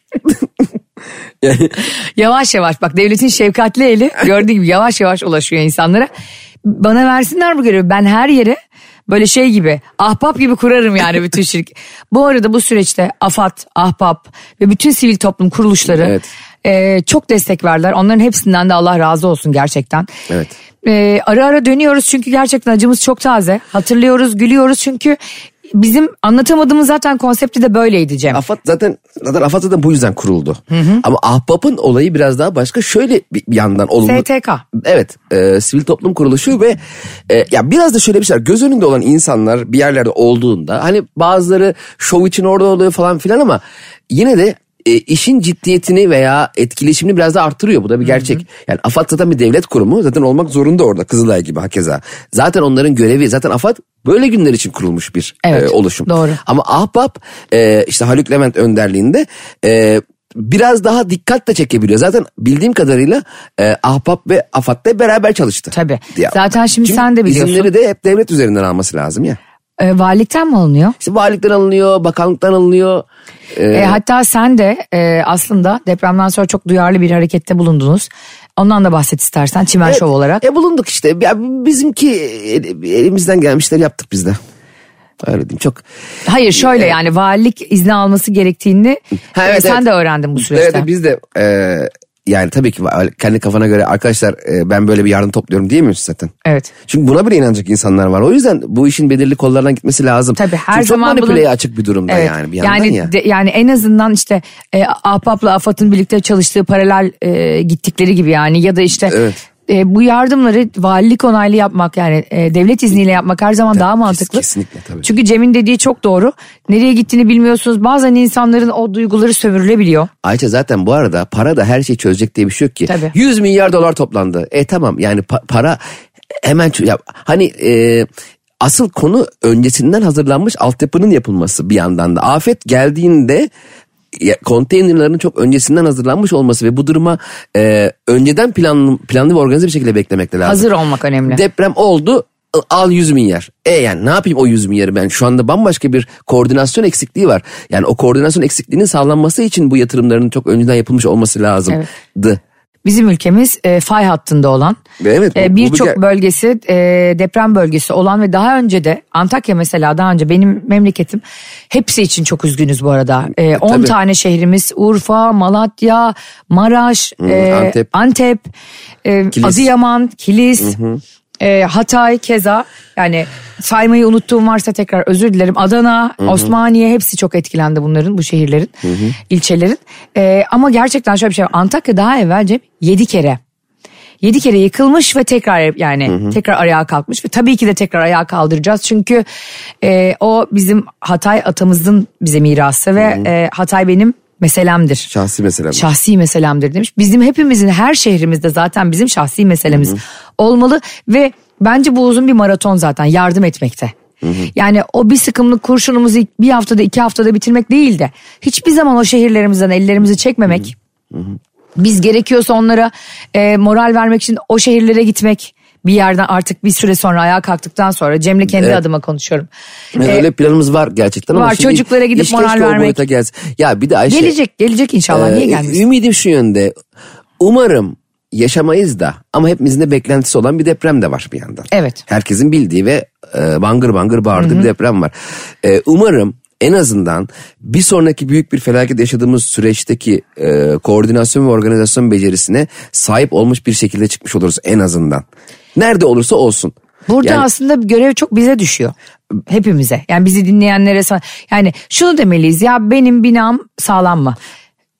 Yani... Yavaş yavaş bak devletin şefkatli eli gördüğü gibi yavaş yavaş ulaşıyor insanlara. Bana versinler bu görevi, ben her yere böyle şey gibi ahbap gibi kurarım yani bütün şirket. Bu arada bu süreçte AFAD, ahbap ve bütün sivil toplum kuruluşları evet. e, çok destek verdiler. Onların hepsinden de Allah razı olsun gerçekten. Evet. E, ara ara dönüyoruz çünkü gerçekten acımız çok taze. Hatırlıyoruz, gülüyoruz çünkü bizim anlatamadığımız zaten konsepti de böyleydi Cem. AFAD zaten, zaten AFAD zaten bu yüzden kuruldu. Hı hı. Ama ahbapın olayı biraz daha başka. Şöyle bir yandan olumlu. S T K. Evet. E, sivil toplum kuruluşu ve e, ya biraz da şöyle bir şey var. Göz önünde olan insanlar bir yerlerde olduğunda hani bazıları şov için orada oluyor falan filan ama yine de e, işin ciddiyetini veya etkileşimini biraz da arttırıyor. Bu da bir gerçek. Hı hı. Yani AFAD zaten bir devlet kurumu. Zaten olmak zorunda orada. Kızılay gibi hakeza. Zaten onların görevi, zaten AFAD böyle günler için kurulmuş bir evet, e, oluşum. Doğru. Ama ahbap e, işte Haluk Levent önderliğinde e, biraz daha dikkat de çekebiliyor. Zaten bildiğim kadarıyla e, ahbap ve AFAD'la beraber çalıştı. Tabii. Diye. Zaten şimdi çünkü sen de biliyorsun. İzinleri de hep devlet üzerinden alması lazım ya. E, valilikten mi alınıyor? İşte valilikten alınıyor, bakanlıktan alınıyor. E, e, hatta sen de e, aslında depremden sonra çok duyarlı bir harekette bulundunuz. Ondan da bahset istersen Çimen evet, Şov olarak. E bulunduk işte. Ya, bizimki elimizden gelmişleri yaptık biz de. Öyle diyeyim çok. Hayır şöyle e, yani valilik izni alması gerektiğini ha, evet, e, sen evet. de öğrendin bu süreçte. Evet biz de e, yani tabii ki kendi kafana göre arkadaşlar e, ben böyle bir yardım topluyorum diyemiyorsun zaten. Evet. Çünkü buna bile inanacak insanlar var. O yüzden bu işin belirli kollardan gitmesi lazım. Tabii her çünkü zaman çok manipüleye bunun... açık bir durumda evet, yani bir yandan yani, ya. De, yani en azından işte e, Ahbap'la AFAD'ın birlikte çalıştığı paralel e, gittikleri gibi yani ya da işte... Evet. E, bu yardımları valilik onaylı yapmak yani e, devlet izniyle yapmak her zaman tabii, daha mantıklı. Kesinlikle tabii. Çünkü Cem'in dediği çok doğru. Nereye gittiğini bilmiyorsunuz. Bazen insanların o duyguları sömürülebiliyor. Ayça zaten bu arada para da her şeyi çözecek diye bir şey yok ki. Tabii. yüz milyar dolar toplandı. E tamam yani pa- para hemen ya, hani e, asıl konu öncesinden hazırlanmış altyapının yapılması bir yandan da. Afet geldiğinde konteynerların çok öncesinden hazırlanmış olması ve bu duruma e, önceden planlı, planlı ve organize bir şekilde beklemekte lazım. Hazır olmak önemli. Deprem oldu, al yüz milyar. E yani ne yapayım o yüz milyarı ben? Şu anda bambaşka bir koordinasyon eksikliği var. Yani o koordinasyon eksikliğinin sağlanması için bu yatırımların çok önceden yapılmış olması lazımdı. Evet. Bizim ülkemiz e, fay hattında olan, evet, e, birçok bir... bölgesi e, deprem bölgesi olan ve daha önce de Antakya mesela daha önce benim memleketim hepsi için çok üzgünüz bu arada. E, on tane şehrimiz Urfa, Malatya, Maraş, hmm, e, Antep, Antep e, Kilis. Adıyaman, Kilis, hı hı. E, Hatay keza yani saymayı unuttuğum varsa tekrar özür dilerim. Adana, hı hı. Osmaniye hepsi çok etkilendi bunların bu şehirlerin, hı hı. ilçelerin. E, ama gerçekten şöyle bir şey var. Antakya daha evvelce yedi kere. Yedi kere yıkılmış ve tekrar yani hı hı. tekrar ayağa kalkmış ve tabii ki de tekrar ayağa kaldıracağız. Çünkü e, o bizim Hatay atamızın bize mirası ve hı hı. E, Hatay benim meselemdir. Şahsi meselemdir. Şahsi meselemdir demiş. Bizim hepimizin her şehrimizde zaten bizim şahsi meselemiz hı hı. olmalı ve bence bu uzun bir maraton zaten yardım etmekte. Hı hı. Yani o bir sıkımlık kurşunumuzu bir haftada iki haftada bitirmek değil de hiçbir zaman o şehirlerimizden ellerimizi çekmemek. Hı hı. Biz gerekiyorsa onlara e, moral vermek için o şehirlere gitmek. Bir yerden artık bir süre sonra ayağa kalktıktan sonra Cem'le kendi evet. adıma konuşuyorum. Yani ee, öyle planımız var gerçekten ama var, çocuklara gidip moral vermek. Ya bir de Ayşe. Gelecek gelecek inşallah e, niye gelmesin? Ümidim şu yönde. Umarım yaşamayız da ama hepimizin de beklentisi olan bir deprem de var bir yandan. Evet. Herkesin bildiği ve e, bangır bangır bağırdığı Hı-hı. bir deprem var. E, umarım en azından bir sonraki büyük bir felaket yaşadığımız süreçteki e, koordinasyon ve organizasyon becerisine sahip olmuş bir şekilde çıkmış oluruz en azından. Nerede olursa olsun. Burada yani, aslında görev çok bize düşüyor. Hepimize. Yani bizi dinleyenlere yani şunu demeliyiz ya benim binam sağlam mı?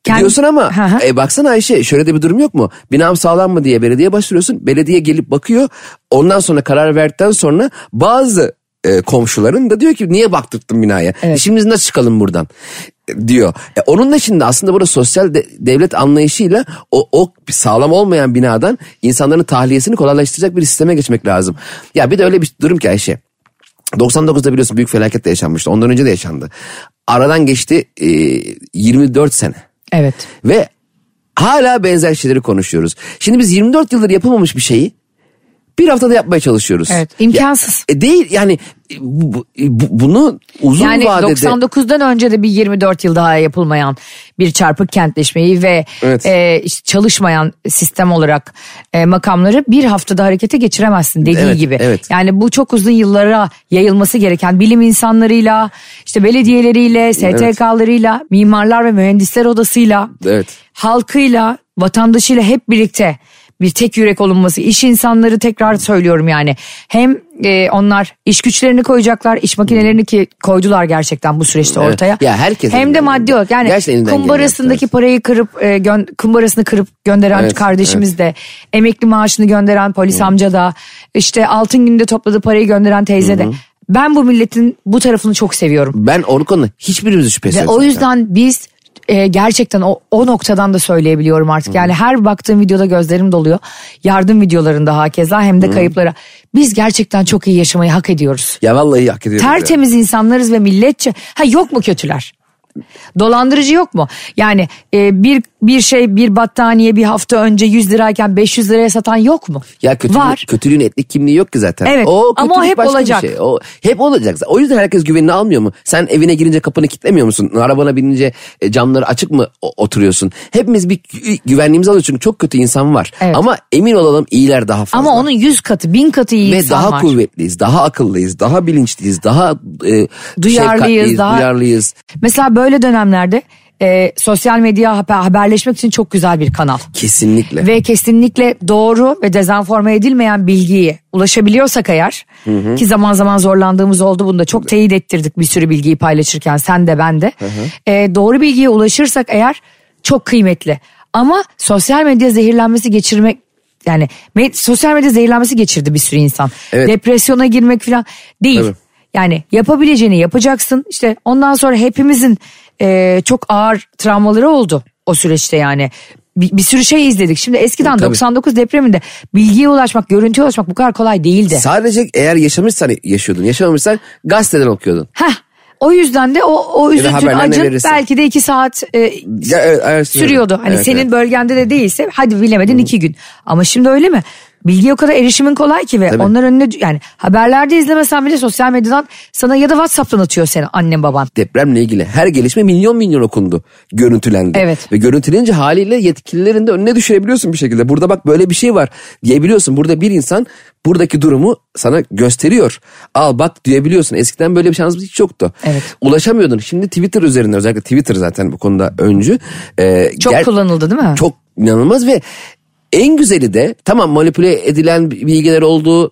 Kend... Diyorsun ama e, baksana Ayşe şöyle de bir durum yok mu? Binam sağlam mı diye belediye başvuruyorsun. Belediye gelip bakıyor. Ondan sonra karar verdikten sonra bazı e, komşuların da diyor ki niye baktırttın binaya? Evet. Şimdi nasıl çıkalım buradan? Diyor. E, onun da şimdi aslında burada sosyal de, devlet anlayışıyla o, o sağlam olmayan binadan insanların tahliyesini kolaylaştıracak bir sisteme geçmek lazım. Ya bir de öyle bir durum ki Ayşe. doksan dokuzda biliyorsun büyük felaket de yaşanmıştı. Ondan önce de yaşandı. Aradan geçti e, yirmi dört sene. Evet. Ve hala benzer şeyleri konuşuyoruz. Şimdi biz yirmi dört yıldır yapılmamış bir şeyi bir haftada yapmaya çalışıyoruz. Evet, imkansız. Ya, e, değil yani bu, bu, bunu uzun yani vadede. Yani doksan dokuzdan önce de bir yirmi dört yıl daha yapılmayan bir çarpık kentleşmeyi ve evet. e, işte çalışmayan sistem olarak e, makamları bir haftada harekete geçiremezsin dediği evet, gibi. Evet. Yani bu çok uzun yıllara yayılması gereken bilim insanlarıyla, işte belediyeleriyle, S T K'larıyla, evet. mimarlar ve mühendisler odasıyla, evet. halkıyla, vatandaşıyla hep birlikte bir tek yürek olunması, iş insanları tekrar söylüyorum yani. Hem e, onlar iş güçlerini koyacaklar, iş makinelerini ki koydular gerçekten bu süreçte evet. ortaya. Ya herkes hem de maddi olarak yani kumbarasındaki parayı kırıp e, gö- kumbarasını kırıp gönderen evet, kardeşimiz evet. de, emekli maaşını gönderen polis hmm. amca da, işte altın günde topladığı parayı gönderen teyze hmm. de. Ben bu milletin bu tarafını çok seviyorum. Ben o konuda hiçbirimiz şüphesi yok. Ve o yüzden zaten. biz Ee, gerçekten o, o noktadan da söyleyebiliyorum artık. Yani her baktığım videoda gözlerim doluyor. Yardım videolarında hakeza hem de kayıplara. Biz gerçekten çok iyi yaşamayı hak ediyoruz. Ya vallahi hak ediyoruz. Tertemiz ya. insanlarız ve milletçe. Ha yok mu kötüler? Dolandırıcı yok mu? Yani e, bir bir şey bir battaniye bir hafta önce yüz lirayken beş yüz liraya satan yok mu? Ya kötülüğün, var. Kötülüğün etnik kimliği yok ki zaten. Evet o ama o hep olacak. Şey. O hep olacak. O yüzden herkes güvenini almıyor mu? Sen evine girince kapını kilitlemiyor musun? Arabana binince camları açık mı oturuyorsun? Hepimiz bir güvenliğimizi alıyoruz çünkü çok kötü insan var. Evet. Ama emin olalım iyiler daha fazla. Ama onun yüz katı bin katı iyi Ve insan var. Ve daha kuvvetliyiz, daha akıllıyız, daha bilinçliyiz, daha e, duyarlıyız, daha duyarlıyız. Mesela böyle dönemlerde E, sosyal medya haber, haberleşmek için çok güzel bir kanal. Kesinlikle. Ve kesinlikle doğru ve dezenforme edilmeyen bilgiyi ulaşabiliyorsak eğer, hı hı. ki zaman zaman zorlandığımız oldu, bunu da çok teyit ettirdik bir sürü bilgiyi paylaşırken, sen de ben de. Hı hı. E, doğru bilgiye ulaşırsak eğer çok kıymetli. Ama sosyal medya zehirlenmesi geçirmek, yani med- sosyal medya zehirlenmesi geçirdi bir sürü insan. Evet. Depresyona girmek falan değil. Tabii. Yani yapabileceğini yapacaksın. İşte ondan sonra hepimizin e, çok ağır travmaları oldu o süreçte yani. Bir, bir sürü şey izledik. Şimdi eskiden tabii. doksan dokuz depreminde bilgiye ulaşmak, görüntüye ulaşmak bu kadar kolay değildi. Sadece eğer yaşamışsan yaşıyordun, yaşamamışsan gazeteden okuyordun. Heh. O yüzden de o, o üzüntün, acın belki de iki saat e, ya, evet, sürüyordu. Hani evet, senin evet. bölgende de değilse hadi bilemedin Hı. iki gün. Ama şimdi öyle mi? Bilgiye o kadar erişimin kolay ki ve Tabii. onlar önüne, yani haberlerde izlemesen bile sosyal medyadan sana ya da WhatsApp'tan atıyor seni annen baban. Depremle ilgili her gelişme milyon milyon okundu, görüntülendi. Evet. Ve görüntülenince haliyle yetkililerin de önüne düşürebiliyorsun bir şekilde. Burada bak böyle bir şey var diyebiliyorsun. Burada bir insan buradaki durumu sana gösteriyor. Al bak diyebiliyorsun. Eskiden böyle bir şansımız hiç yoktu. Evet. Ulaşamıyordun. Şimdi Twitter üzerinden, özellikle Twitter zaten bu konuda öncü. Ee, çok ger- kullanıldı değil mi? Çok inanılmaz ve en güzeli de tamam manipüle edilen bilgiler oldu,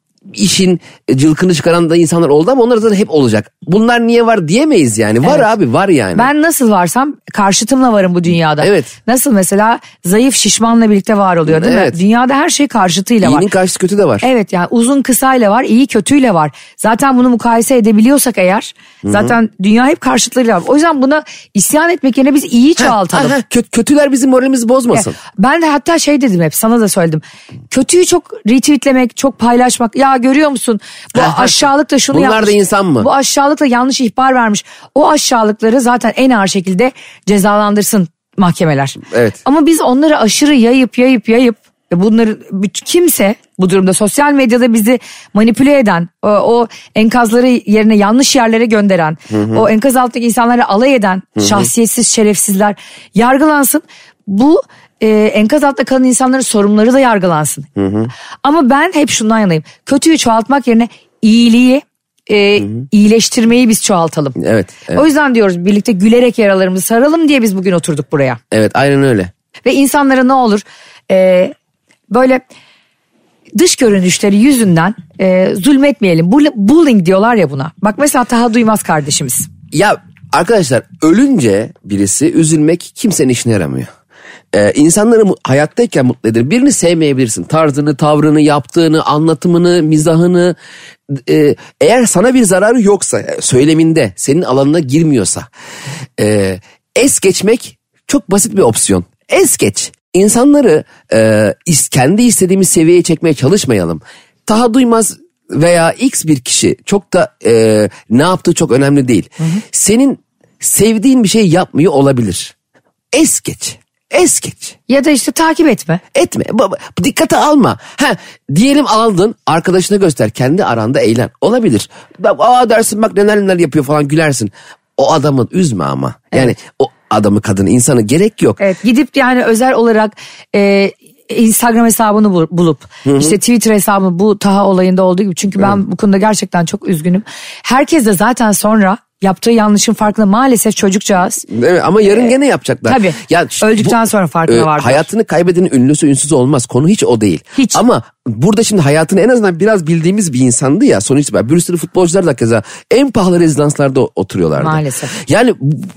işin cılkını çıkaran da insanlar oldu ama onlar zaten hep olacak. Bunlar niye var diyemeyiz yani. Var evet. abi var yani. Ben nasıl varsam karşıtımla varım bu dünyada. Evet. Nasıl mesela zayıf şişmanla birlikte var oluyor değil evet. mi? Dünyada her şey karşıtıyla İyinin var. İyinin karşıtı kötü de var. Evet yani uzun kısayla var, iyi kötüyle var. Zaten bunu mukayese edebiliyorsak eğer Hı-hı. zaten dünya hep karşıtlarıyla var. O yüzden buna isyan etmek yerine biz iyiyi çoğaltalım. Ha, ha, kö- kötüler bizim moralimizi bozmasın. Evet. Ben de hatta şey dedim, hep sana da söyledim. Kötüyü çok retweetlemek, çok paylaşmak. Ya görüyor musun? Bu aşağılık da şunu Bunlar yapmış. Bunlar da insan mı? Bu aşağılık da yanlış ihbar vermiş. O aşağılıkları zaten en ağır şekilde cezalandırsın mahkemeler. Evet. Ama biz onları aşırı yayıp yayıp yayıp bunları kimse bu durumda sosyal medyada bizi manipüle eden, o, o enkazları yerine yanlış yerlere gönderen, hı hı. o enkaz altındaki insanlara alay eden hı hı. şahsiyetsiz şerefsizler yargılansın. Bu e, enkaz altında kalan insanların sorumluları da yargılansın. Hı hı. Ama ben hep şundan yanayım. Kötüyü çoğaltmak yerine iyiliği, e, hı hı. iyileştirmeyi biz çoğaltalım. Evet, evet. O yüzden diyoruz birlikte gülerek yaralarımızı saralım diye biz bugün oturduk buraya. Evet, aynen öyle. Ve insanlara ne olur e, böyle dış görünüşleri yüzünden e, zulmetmeyelim. Bullying diyorlar ya buna. Bak mesela Taha Duymaz kardeşimiz. Ya Arkadaşlar ölünce birisi üzülmek kimsenin işine yaramıyor. Ee, insanları hayattayken mutlu eder. Birini sevmeyebilirsin. Tarzını, tavrını, yaptığını, anlatımını, mizahını. E, eğer sana bir zararı yoksa, söyleminde, senin alanına girmiyorsa. E, es geçmek çok basit bir opsiyon. Es geç. İnsanları e, kendi istediğimiz seviyeye çekmeye çalışmayalım. Taha Duymaz veya X bir kişi çok da e, ne yaptığı çok önemli değil. Hı hı. Senin sevdiğin bir şey yapmıyor olabilir. Es geç. Es geç. Ya da işte takip etme. Etme. Baba, dikkate alma. Ha, diyelim aldın, arkadaşına göster. Kendi aranda eğlen. Olabilir. Aa dersin bak neler neler yapıyor falan, gülersin. O adamı üzme ama. Yani evet. O adamı, kadını, insanı gerek yok. Evet, gidip yani özel olarak e, Instagram hesabını bulup Hı-hı. işte Twitter hesabını, bu Taha olayında olduğu gibi. Çünkü ben Hı-hı. bu konuda gerçekten çok üzgünüm. Herkes de zaten sonra yaptığı yanlışın farkında maalesef çocukcağız. Evet, ama yarın ee, gene yapacaklar. Tabii. Ya, öldükten bu, sonra farkına e, vardır. Hayatını kaybedenin ünlüsü ünsüz olmaz. Konu hiç o değil. Hiç. Ama burada şimdi hayatını en azından biraz bildiğimiz bir insandı ya. Sonuç itibariyle bir sürü futbolcular da keza en pahalı rezidanslarda oturuyorlardı. Maalesef. Yani...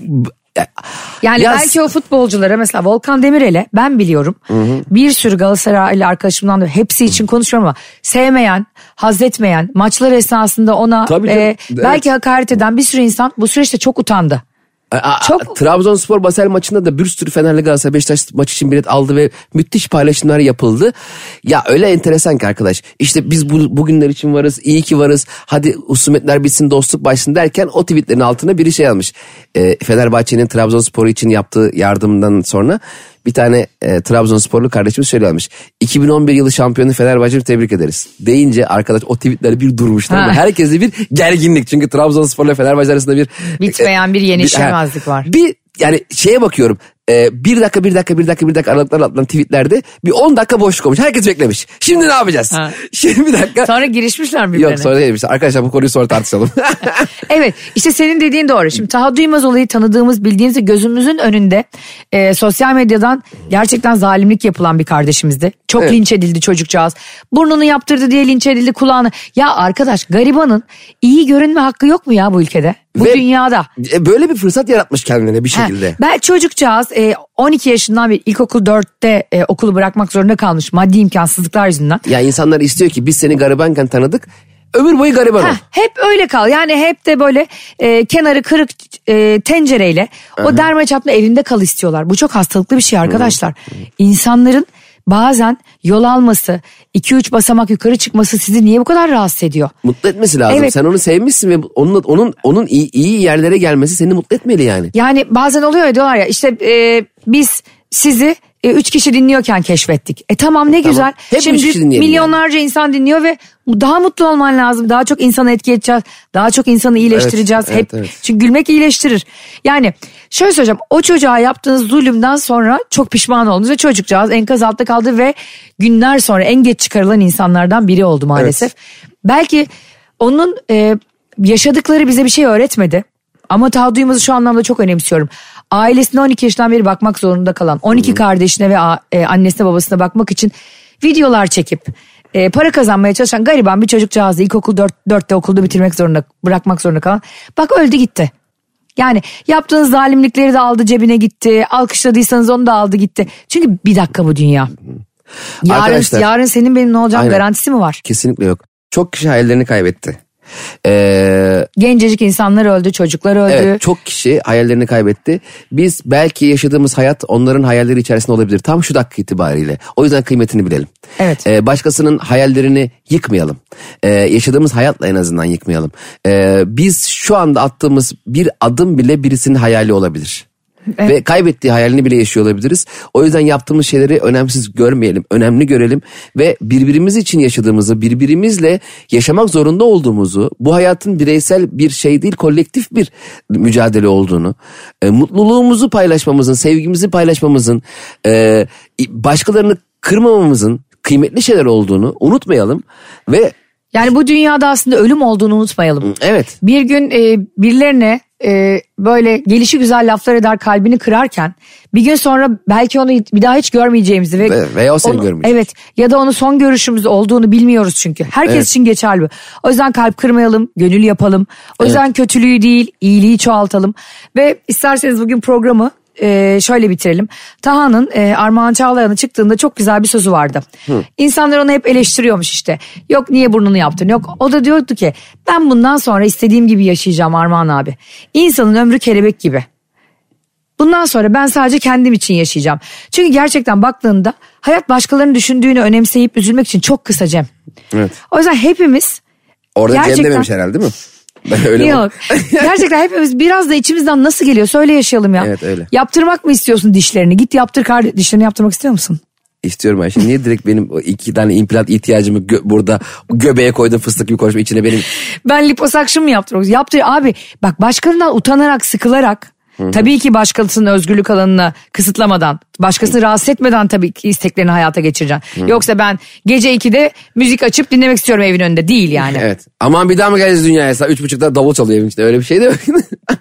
Yani ya, belki o futbolculara, mesela Volkan Demirel'e ben biliyorum. Hı hı. Bir sürü Galatasaraylı arkadaşımdan da, hepsi için konuşmuyorum ama sevmeyen, haz etmeyen, maçlar esnasında ona e, evet. belki hakaret eden bir sürü insan bu süreçte çok utandı. Çok... Trabzonspor Basel maçında da bir sürü Fenerli Galatasaray Beşiktaş maç için bilet aldı ve müthiş paylaşımlar yapıldı. Ya öyle enteresan ki arkadaş, işte biz bu, bugünler için varız, iyi ki varız, hadi husumetler bitsin, dostluk başlasın derken o tweetlerin altına biri şey almış. E, Fenerbahçe'nin Trabzonspor için yaptığı yardımdan sonra bir tane e, Trabzonsporlu kardeşimiz şöyle almış. iki bin on bir yılı şampiyonu Fenerbahçe'yi tebrik ederiz deyince arkadaş o tweetler bir durmuştu ama herkese bir gerginlik. Çünkü Trabzonspor'la Fenerbahçe arasında bir bitmeyen bir yenişemezlik bir, var. Bir yani şeye bakıyorum. Ee, bir dakika bir dakika bir dakika bir dakika aralıklarla atılan tweetlerde bir on dakika boşluk olmuş. Herkes beklemiş. Şimdi ne yapacağız? Ha. Şimdi bir dakika. Sonra girişmişler birbirine. Yok, sonra girişmişler. Arkadaşlar bu konuyu sonra tartışalım. Evet, işte senin dediğin doğru. Şimdi Taha Duymaz olayı tanıdığımız, bildiğimiz, gözümüzün önünde e, sosyal medyadan gerçekten zalimlik yapılan bir kardeşimizdi. Çok evet. linç edildi çocukcağız. Burnunu yaptırdı diye linç edildi, kulağını. Ya arkadaş, garibanın iyi görünme hakkı yok mu ya bu ülkede? Bu Ve dünyada. Böyle bir fırsat yaratmış kendine bir şekilde. Ha, ben çocukcağız e, on iki yaşından beri ilkokul dörtte e, okulu bırakmak zorunda kalmış maddi imkansızlıklar yüzünden. Ya insanlar istiyor ki biz seni garibanken tanıdık, ömür boyu gariban ol. Hep öyle kal. Yani hep de böyle e, kenarı kırık e, tencereyle Aha. o derme çaplı evinde kal istiyorlar. Bu çok hastalıklı bir şey arkadaşlar. Hı. İnsanların bazen yol alması, iki üç basamak yukarı çıkması sizi niye bu kadar rahatsız ediyor? Mutlu etmesi lazım. Evet. Sen onu sevmişsin ve onun onun onun iyi, iyi yerlere gelmesi seni mutlu etmeli yani. Yani bazen oluyor ya, diyorlar ya işte e, biz sizi e, üç kişi dinliyorken keşfettik. E tamam, ne tamam. güzel. Hep Şimdi milyonlarca yani. insan dinliyor ve daha mutlu olman lazım. Daha çok insanı etki edeceğiz. Daha çok insanı iyileştireceğiz. Evet, Hep evet, evet. Çünkü gülmek iyileştirir. Yani şöyle söyleyeceğim. O çocuğa yaptığınız zulümden sonra çok pişman oldunuz ve çocukcağız enkaz altta kaldı ve günler sonra en geç çıkarılan insanlardan biri oldu maalesef. Evet. Belki onun e, yaşadıkları bize bir şey öğretmedi. Ama Taha Duymaz'ı şu anlamda çok önemsiyorum. Ailesine on iki yaşından beri bakmak zorunda kalan, on iki Hı-hı. kardeşine ve e, annesine babasına bakmak için videolar çekip e, para kazanmaya çalışan gariban bir çocukcağızı ilkokul dörtte okulda bitirmek zorunda, bırakmak zorunda kalan. Bak öldü gitti. Yani yaptığınız zalimlikleri de aldı cebine gitti. Alkışladıysanız onu da aldı gitti. Çünkü bir dakika bu dünya. Yarın, yarın senin benim ne olacağım garantisi mi var? Kesinlikle yok. Çok kişi hayallerini kaybetti. Ee, Gencecik insanlar öldü, çocuklar öldü. Evet, çok kişi hayallerini kaybetti. Biz belki yaşadığımız hayat onların hayalleri içerisinde olabilir. Tam şu dakika itibariyle. O yüzden kıymetini bilelim. Evet. Ee, başkasının hayallerini yıkmayalım. Ee, yaşadığımız hayatla en azından yıkmayalım. Ee, biz şu anda attığımız bir adım bile birisinin hayali olabilir. Evet. Ve kaybettiği hayalini bile yaşıyor olabiliriz. O yüzden yaptığımız şeyleri önemsiz görmeyelim, önemli görelim ve birbirimiz için yaşadığımızı, birbirimizle yaşamak zorunda olduğumuzu, bu hayatın bireysel bir şey değil, kolektif bir mücadele olduğunu, e, mutluluğumuzu paylaşmamızın, sevgimizi paylaşmamızın, e, başkalarını kırmamamızın kıymetli şeyler olduğunu unutmayalım ve yani bu dünyada aslında ölüm olduğunu unutmayalım. Evet. Bir gün e, birilerine e, böyle gelişi güzel laflar eder, kalbini kırarken bir gün sonra belki onu bir daha hiç görmeyeceğimizi ve, ve veya o seni görmeyecek. Evet, ya da onu son görüşümüz olduğunu bilmiyoruz çünkü. Herkes evet. için geçerli. O yüzden kalp kırmayalım, gönül yapalım. O yüzden evet. kötülüğü değil, iyiliği çoğaltalım. Ve isterseniz bugün programı Ee, şöyle bitirelim. Taha'nın e, Armağan Çağlayan'a çıktığında çok güzel bir sözü vardı. Hı. İnsanlar onu hep eleştiriyormuş işte. Yok niye burnunu yaptın? Yok, o da diyordu ki ben bundan sonra istediğim gibi yaşayacağım Armağan abi. İnsanın ömrü kelebek gibi. Bundan sonra ben sadece kendim için yaşayacağım. Çünkü gerçekten baktığında hayat başkalarının düşündüğünü önemseyip üzülmek için çok kısa Cem. Evet. O yüzden hepimiz orada gerçekten... Cem dememiş herhalde değil mi? Öyle Yok. Gerçekten hepimiz biraz da içimizden nasıl geliyorsa öyle yaşayalım ya. Evet, öyle. Yaptırmak mı istiyorsun dişlerini? Git yaptır kardeşim. Dişlerini yaptırmak istiyor musun? İstiyorum Ayşe. Niye direkt benim o iki tane implant ihtiyacımı gö- burada göbeğe koydum, fıstık gibi konuşma içine benim. Ben liposuction mı yaptırmak? Yaptır abi. Bak başkalarından utanarak, sıkılarak. Hı-hı. Tabii ki başkasının özgürlük alanını kısıtlamadan, başkasını Hı-hı. rahatsız etmeden tabii ki isteklerini hayata geçireceksin. Hı-hı. Yoksa ben gece ikide müzik açıp dinlemek istiyorum evin önünde, değil yani. Evet. Aman bir daha mı geleceğiz dünyaya? Üç buçukta davul çalıyor evin içinde, öyle bir şey değil mi?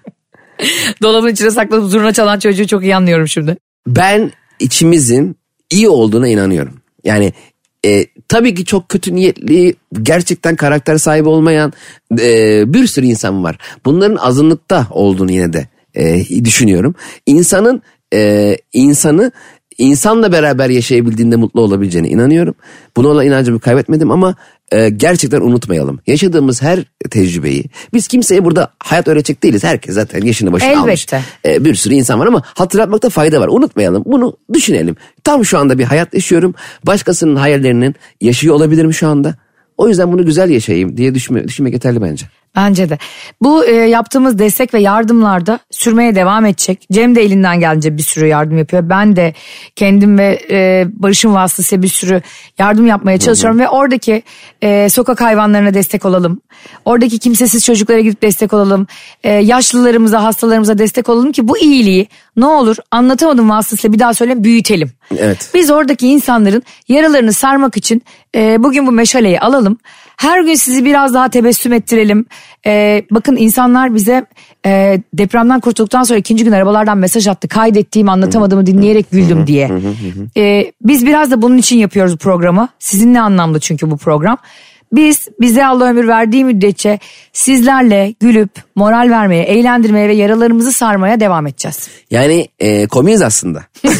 Dolabın içine saklanıp zurna çalan çocuğu çok iyi anlıyorum şimdi. Ben içimizin iyi olduğuna inanıyorum. Yani e, tabii ki çok kötü niyetli, gerçekten karakter sahibi olmayan e, bir sürü insan var. Bunların azınlıkta olduğunu yine de e, düşünüyorum. İnsanın e, insanı insanla beraber yaşayabildiğinde mutlu olabileceğine inanıyorum. Buna olan inancımı kaybetmedim ama e, gerçekten unutmayalım. Yaşadığımız her tecrübeyi, biz kimseye burada hayat öğretecek değiliz. Herkes zaten yaşını başına Elbette. almış. E, bir sürü insan var ama hatırlatmakta fayda var. Unutmayalım, bunu düşünelim. Tam şu anda bir hayat yaşıyorum. Başkasının hayallerinin yaşıyor olabilirim şu anda. O yüzden bunu güzel yaşayayım diye düşünme, düşünmek yeterli bence. Bence de. Bu e, yaptığımız destek ve yardımlarda sürmeye devam edecek. Cem de elinden gelince bir sürü yardım yapıyor. Ben de kendim ve e, Barış'ın vasıtasıyla bir sürü yardım yapmaya çalışıyorum. Hı hı. Ve oradaki e, sokak hayvanlarına destek olalım. Oradaki kimsesiz çocuklara gidip destek olalım. E, yaşlılarımıza, hastalarımıza destek olalım ki bu iyiliği ne olur anlatamadım vasıtasıyla bir daha söyleyeyim, büyütelim. Evet. Biz oradaki insanların yaralarını sarmak için e, bugün bu meşaleyi alalım. Her gün sizi biraz daha tebessüm ettirelim. Ee, bakın insanlar bize e, depremden kurtulduktan sonra ikinci gün arabalardan mesaj attı. Kaydettiğim, anlatamadığımı dinleyerek güldüm diye. Ee, biz biraz da bunun için yapıyoruz bu programı. Sizinle anlamlı çünkü bu program. Biz bize Allah ömür verdiği müddetçe sizlerle gülüp moral vermeye, eğlendirmeye ve yaralarımızı sarmaya devam edeceğiz. Yani e, komiyiz aslında.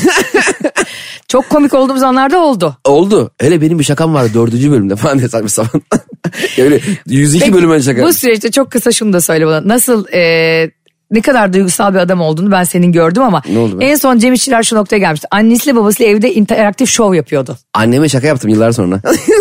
Çok komik olduğumuz anlarda oldu. Oldu. Öyle benim bir şakam vardı dördüncü bölümde falan diye saçma sapan. Öyle yüz iki bölümün şaka. Bu süreçte çok kısa şunu da söyle bana. Nasıl e, ne kadar duygusal bir adam olduğunu ben senin gördüm ama en son Cem İşçiler şu noktaya gelmişti. Annesiyle babasıyla evde interaktif şov yapıyordu. Anneme şaka yaptım yıllar sonra.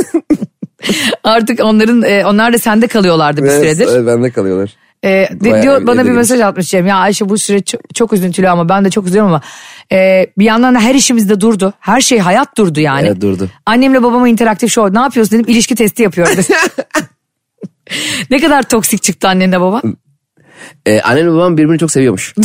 Artık onların e, onlar da sende kalıyorlardı bir evet, süredir. Evet, bende kalıyorlar. Ee, diyor, bana bir mesaj atmış Cem. Ya Ayşe bu süreç çok, çok üzüntülü ama ben de çok üzülüyorum ama e, bir yandan da her işimiz de durdu. Her şey, hayat durdu yani. Evet, durdu. Annemle babama interaktif show, ne yapıyorsun dedim, ilişki testi yapıyorum dedim. Ne kadar toksik çıktı annenle baban? Ee, annemle babam birbirini çok seviyormuş.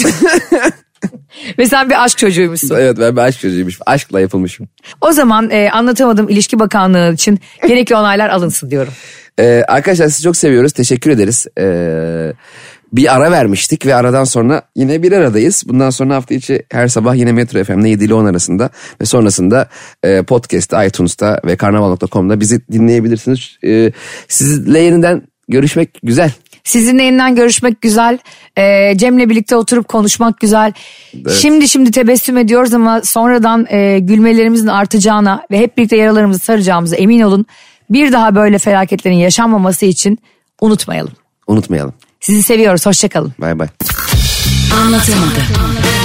Ve sen bir aşk çocuğuymuşsun. Evet, ben bir aşk çocuğuymuşum. Aşkla yapılmışım. O zaman e, anlatamadım İlişki Bakanlığı için gerekli onaylar alınsın diyorum. Ee, arkadaşlar sizi çok seviyoruz. Teşekkür ederiz. Ee, bir ara vermiştik ve aradan sonra yine bir aradayız. Bundan sonra hafta içi her sabah yine Metro F M'de yedi ile on arasında ve sonrasında e, podcast'ta, iTunes'ta ve karnaval nokta com'da bizi dinleyebilirsiniz. E, sizle yeniden görüşmek güzel. Sizinle yeniden görüşmek güzel. Ee, Cem'le birlikte oturup konuşmak güzel. Evet. Şimdi şimdi tebessüm ediyoruz ama sonradan e, gülmelerimizin artacağına ve hep birlikte yaralarımızı saracağımıza emin olun. Bir daha böyle felaketlerin yaşanmaması için unutmayalım. Unutmayalım. Sizi seviyoruz. Hoşça kalın. Bay bay. Anlatamadım.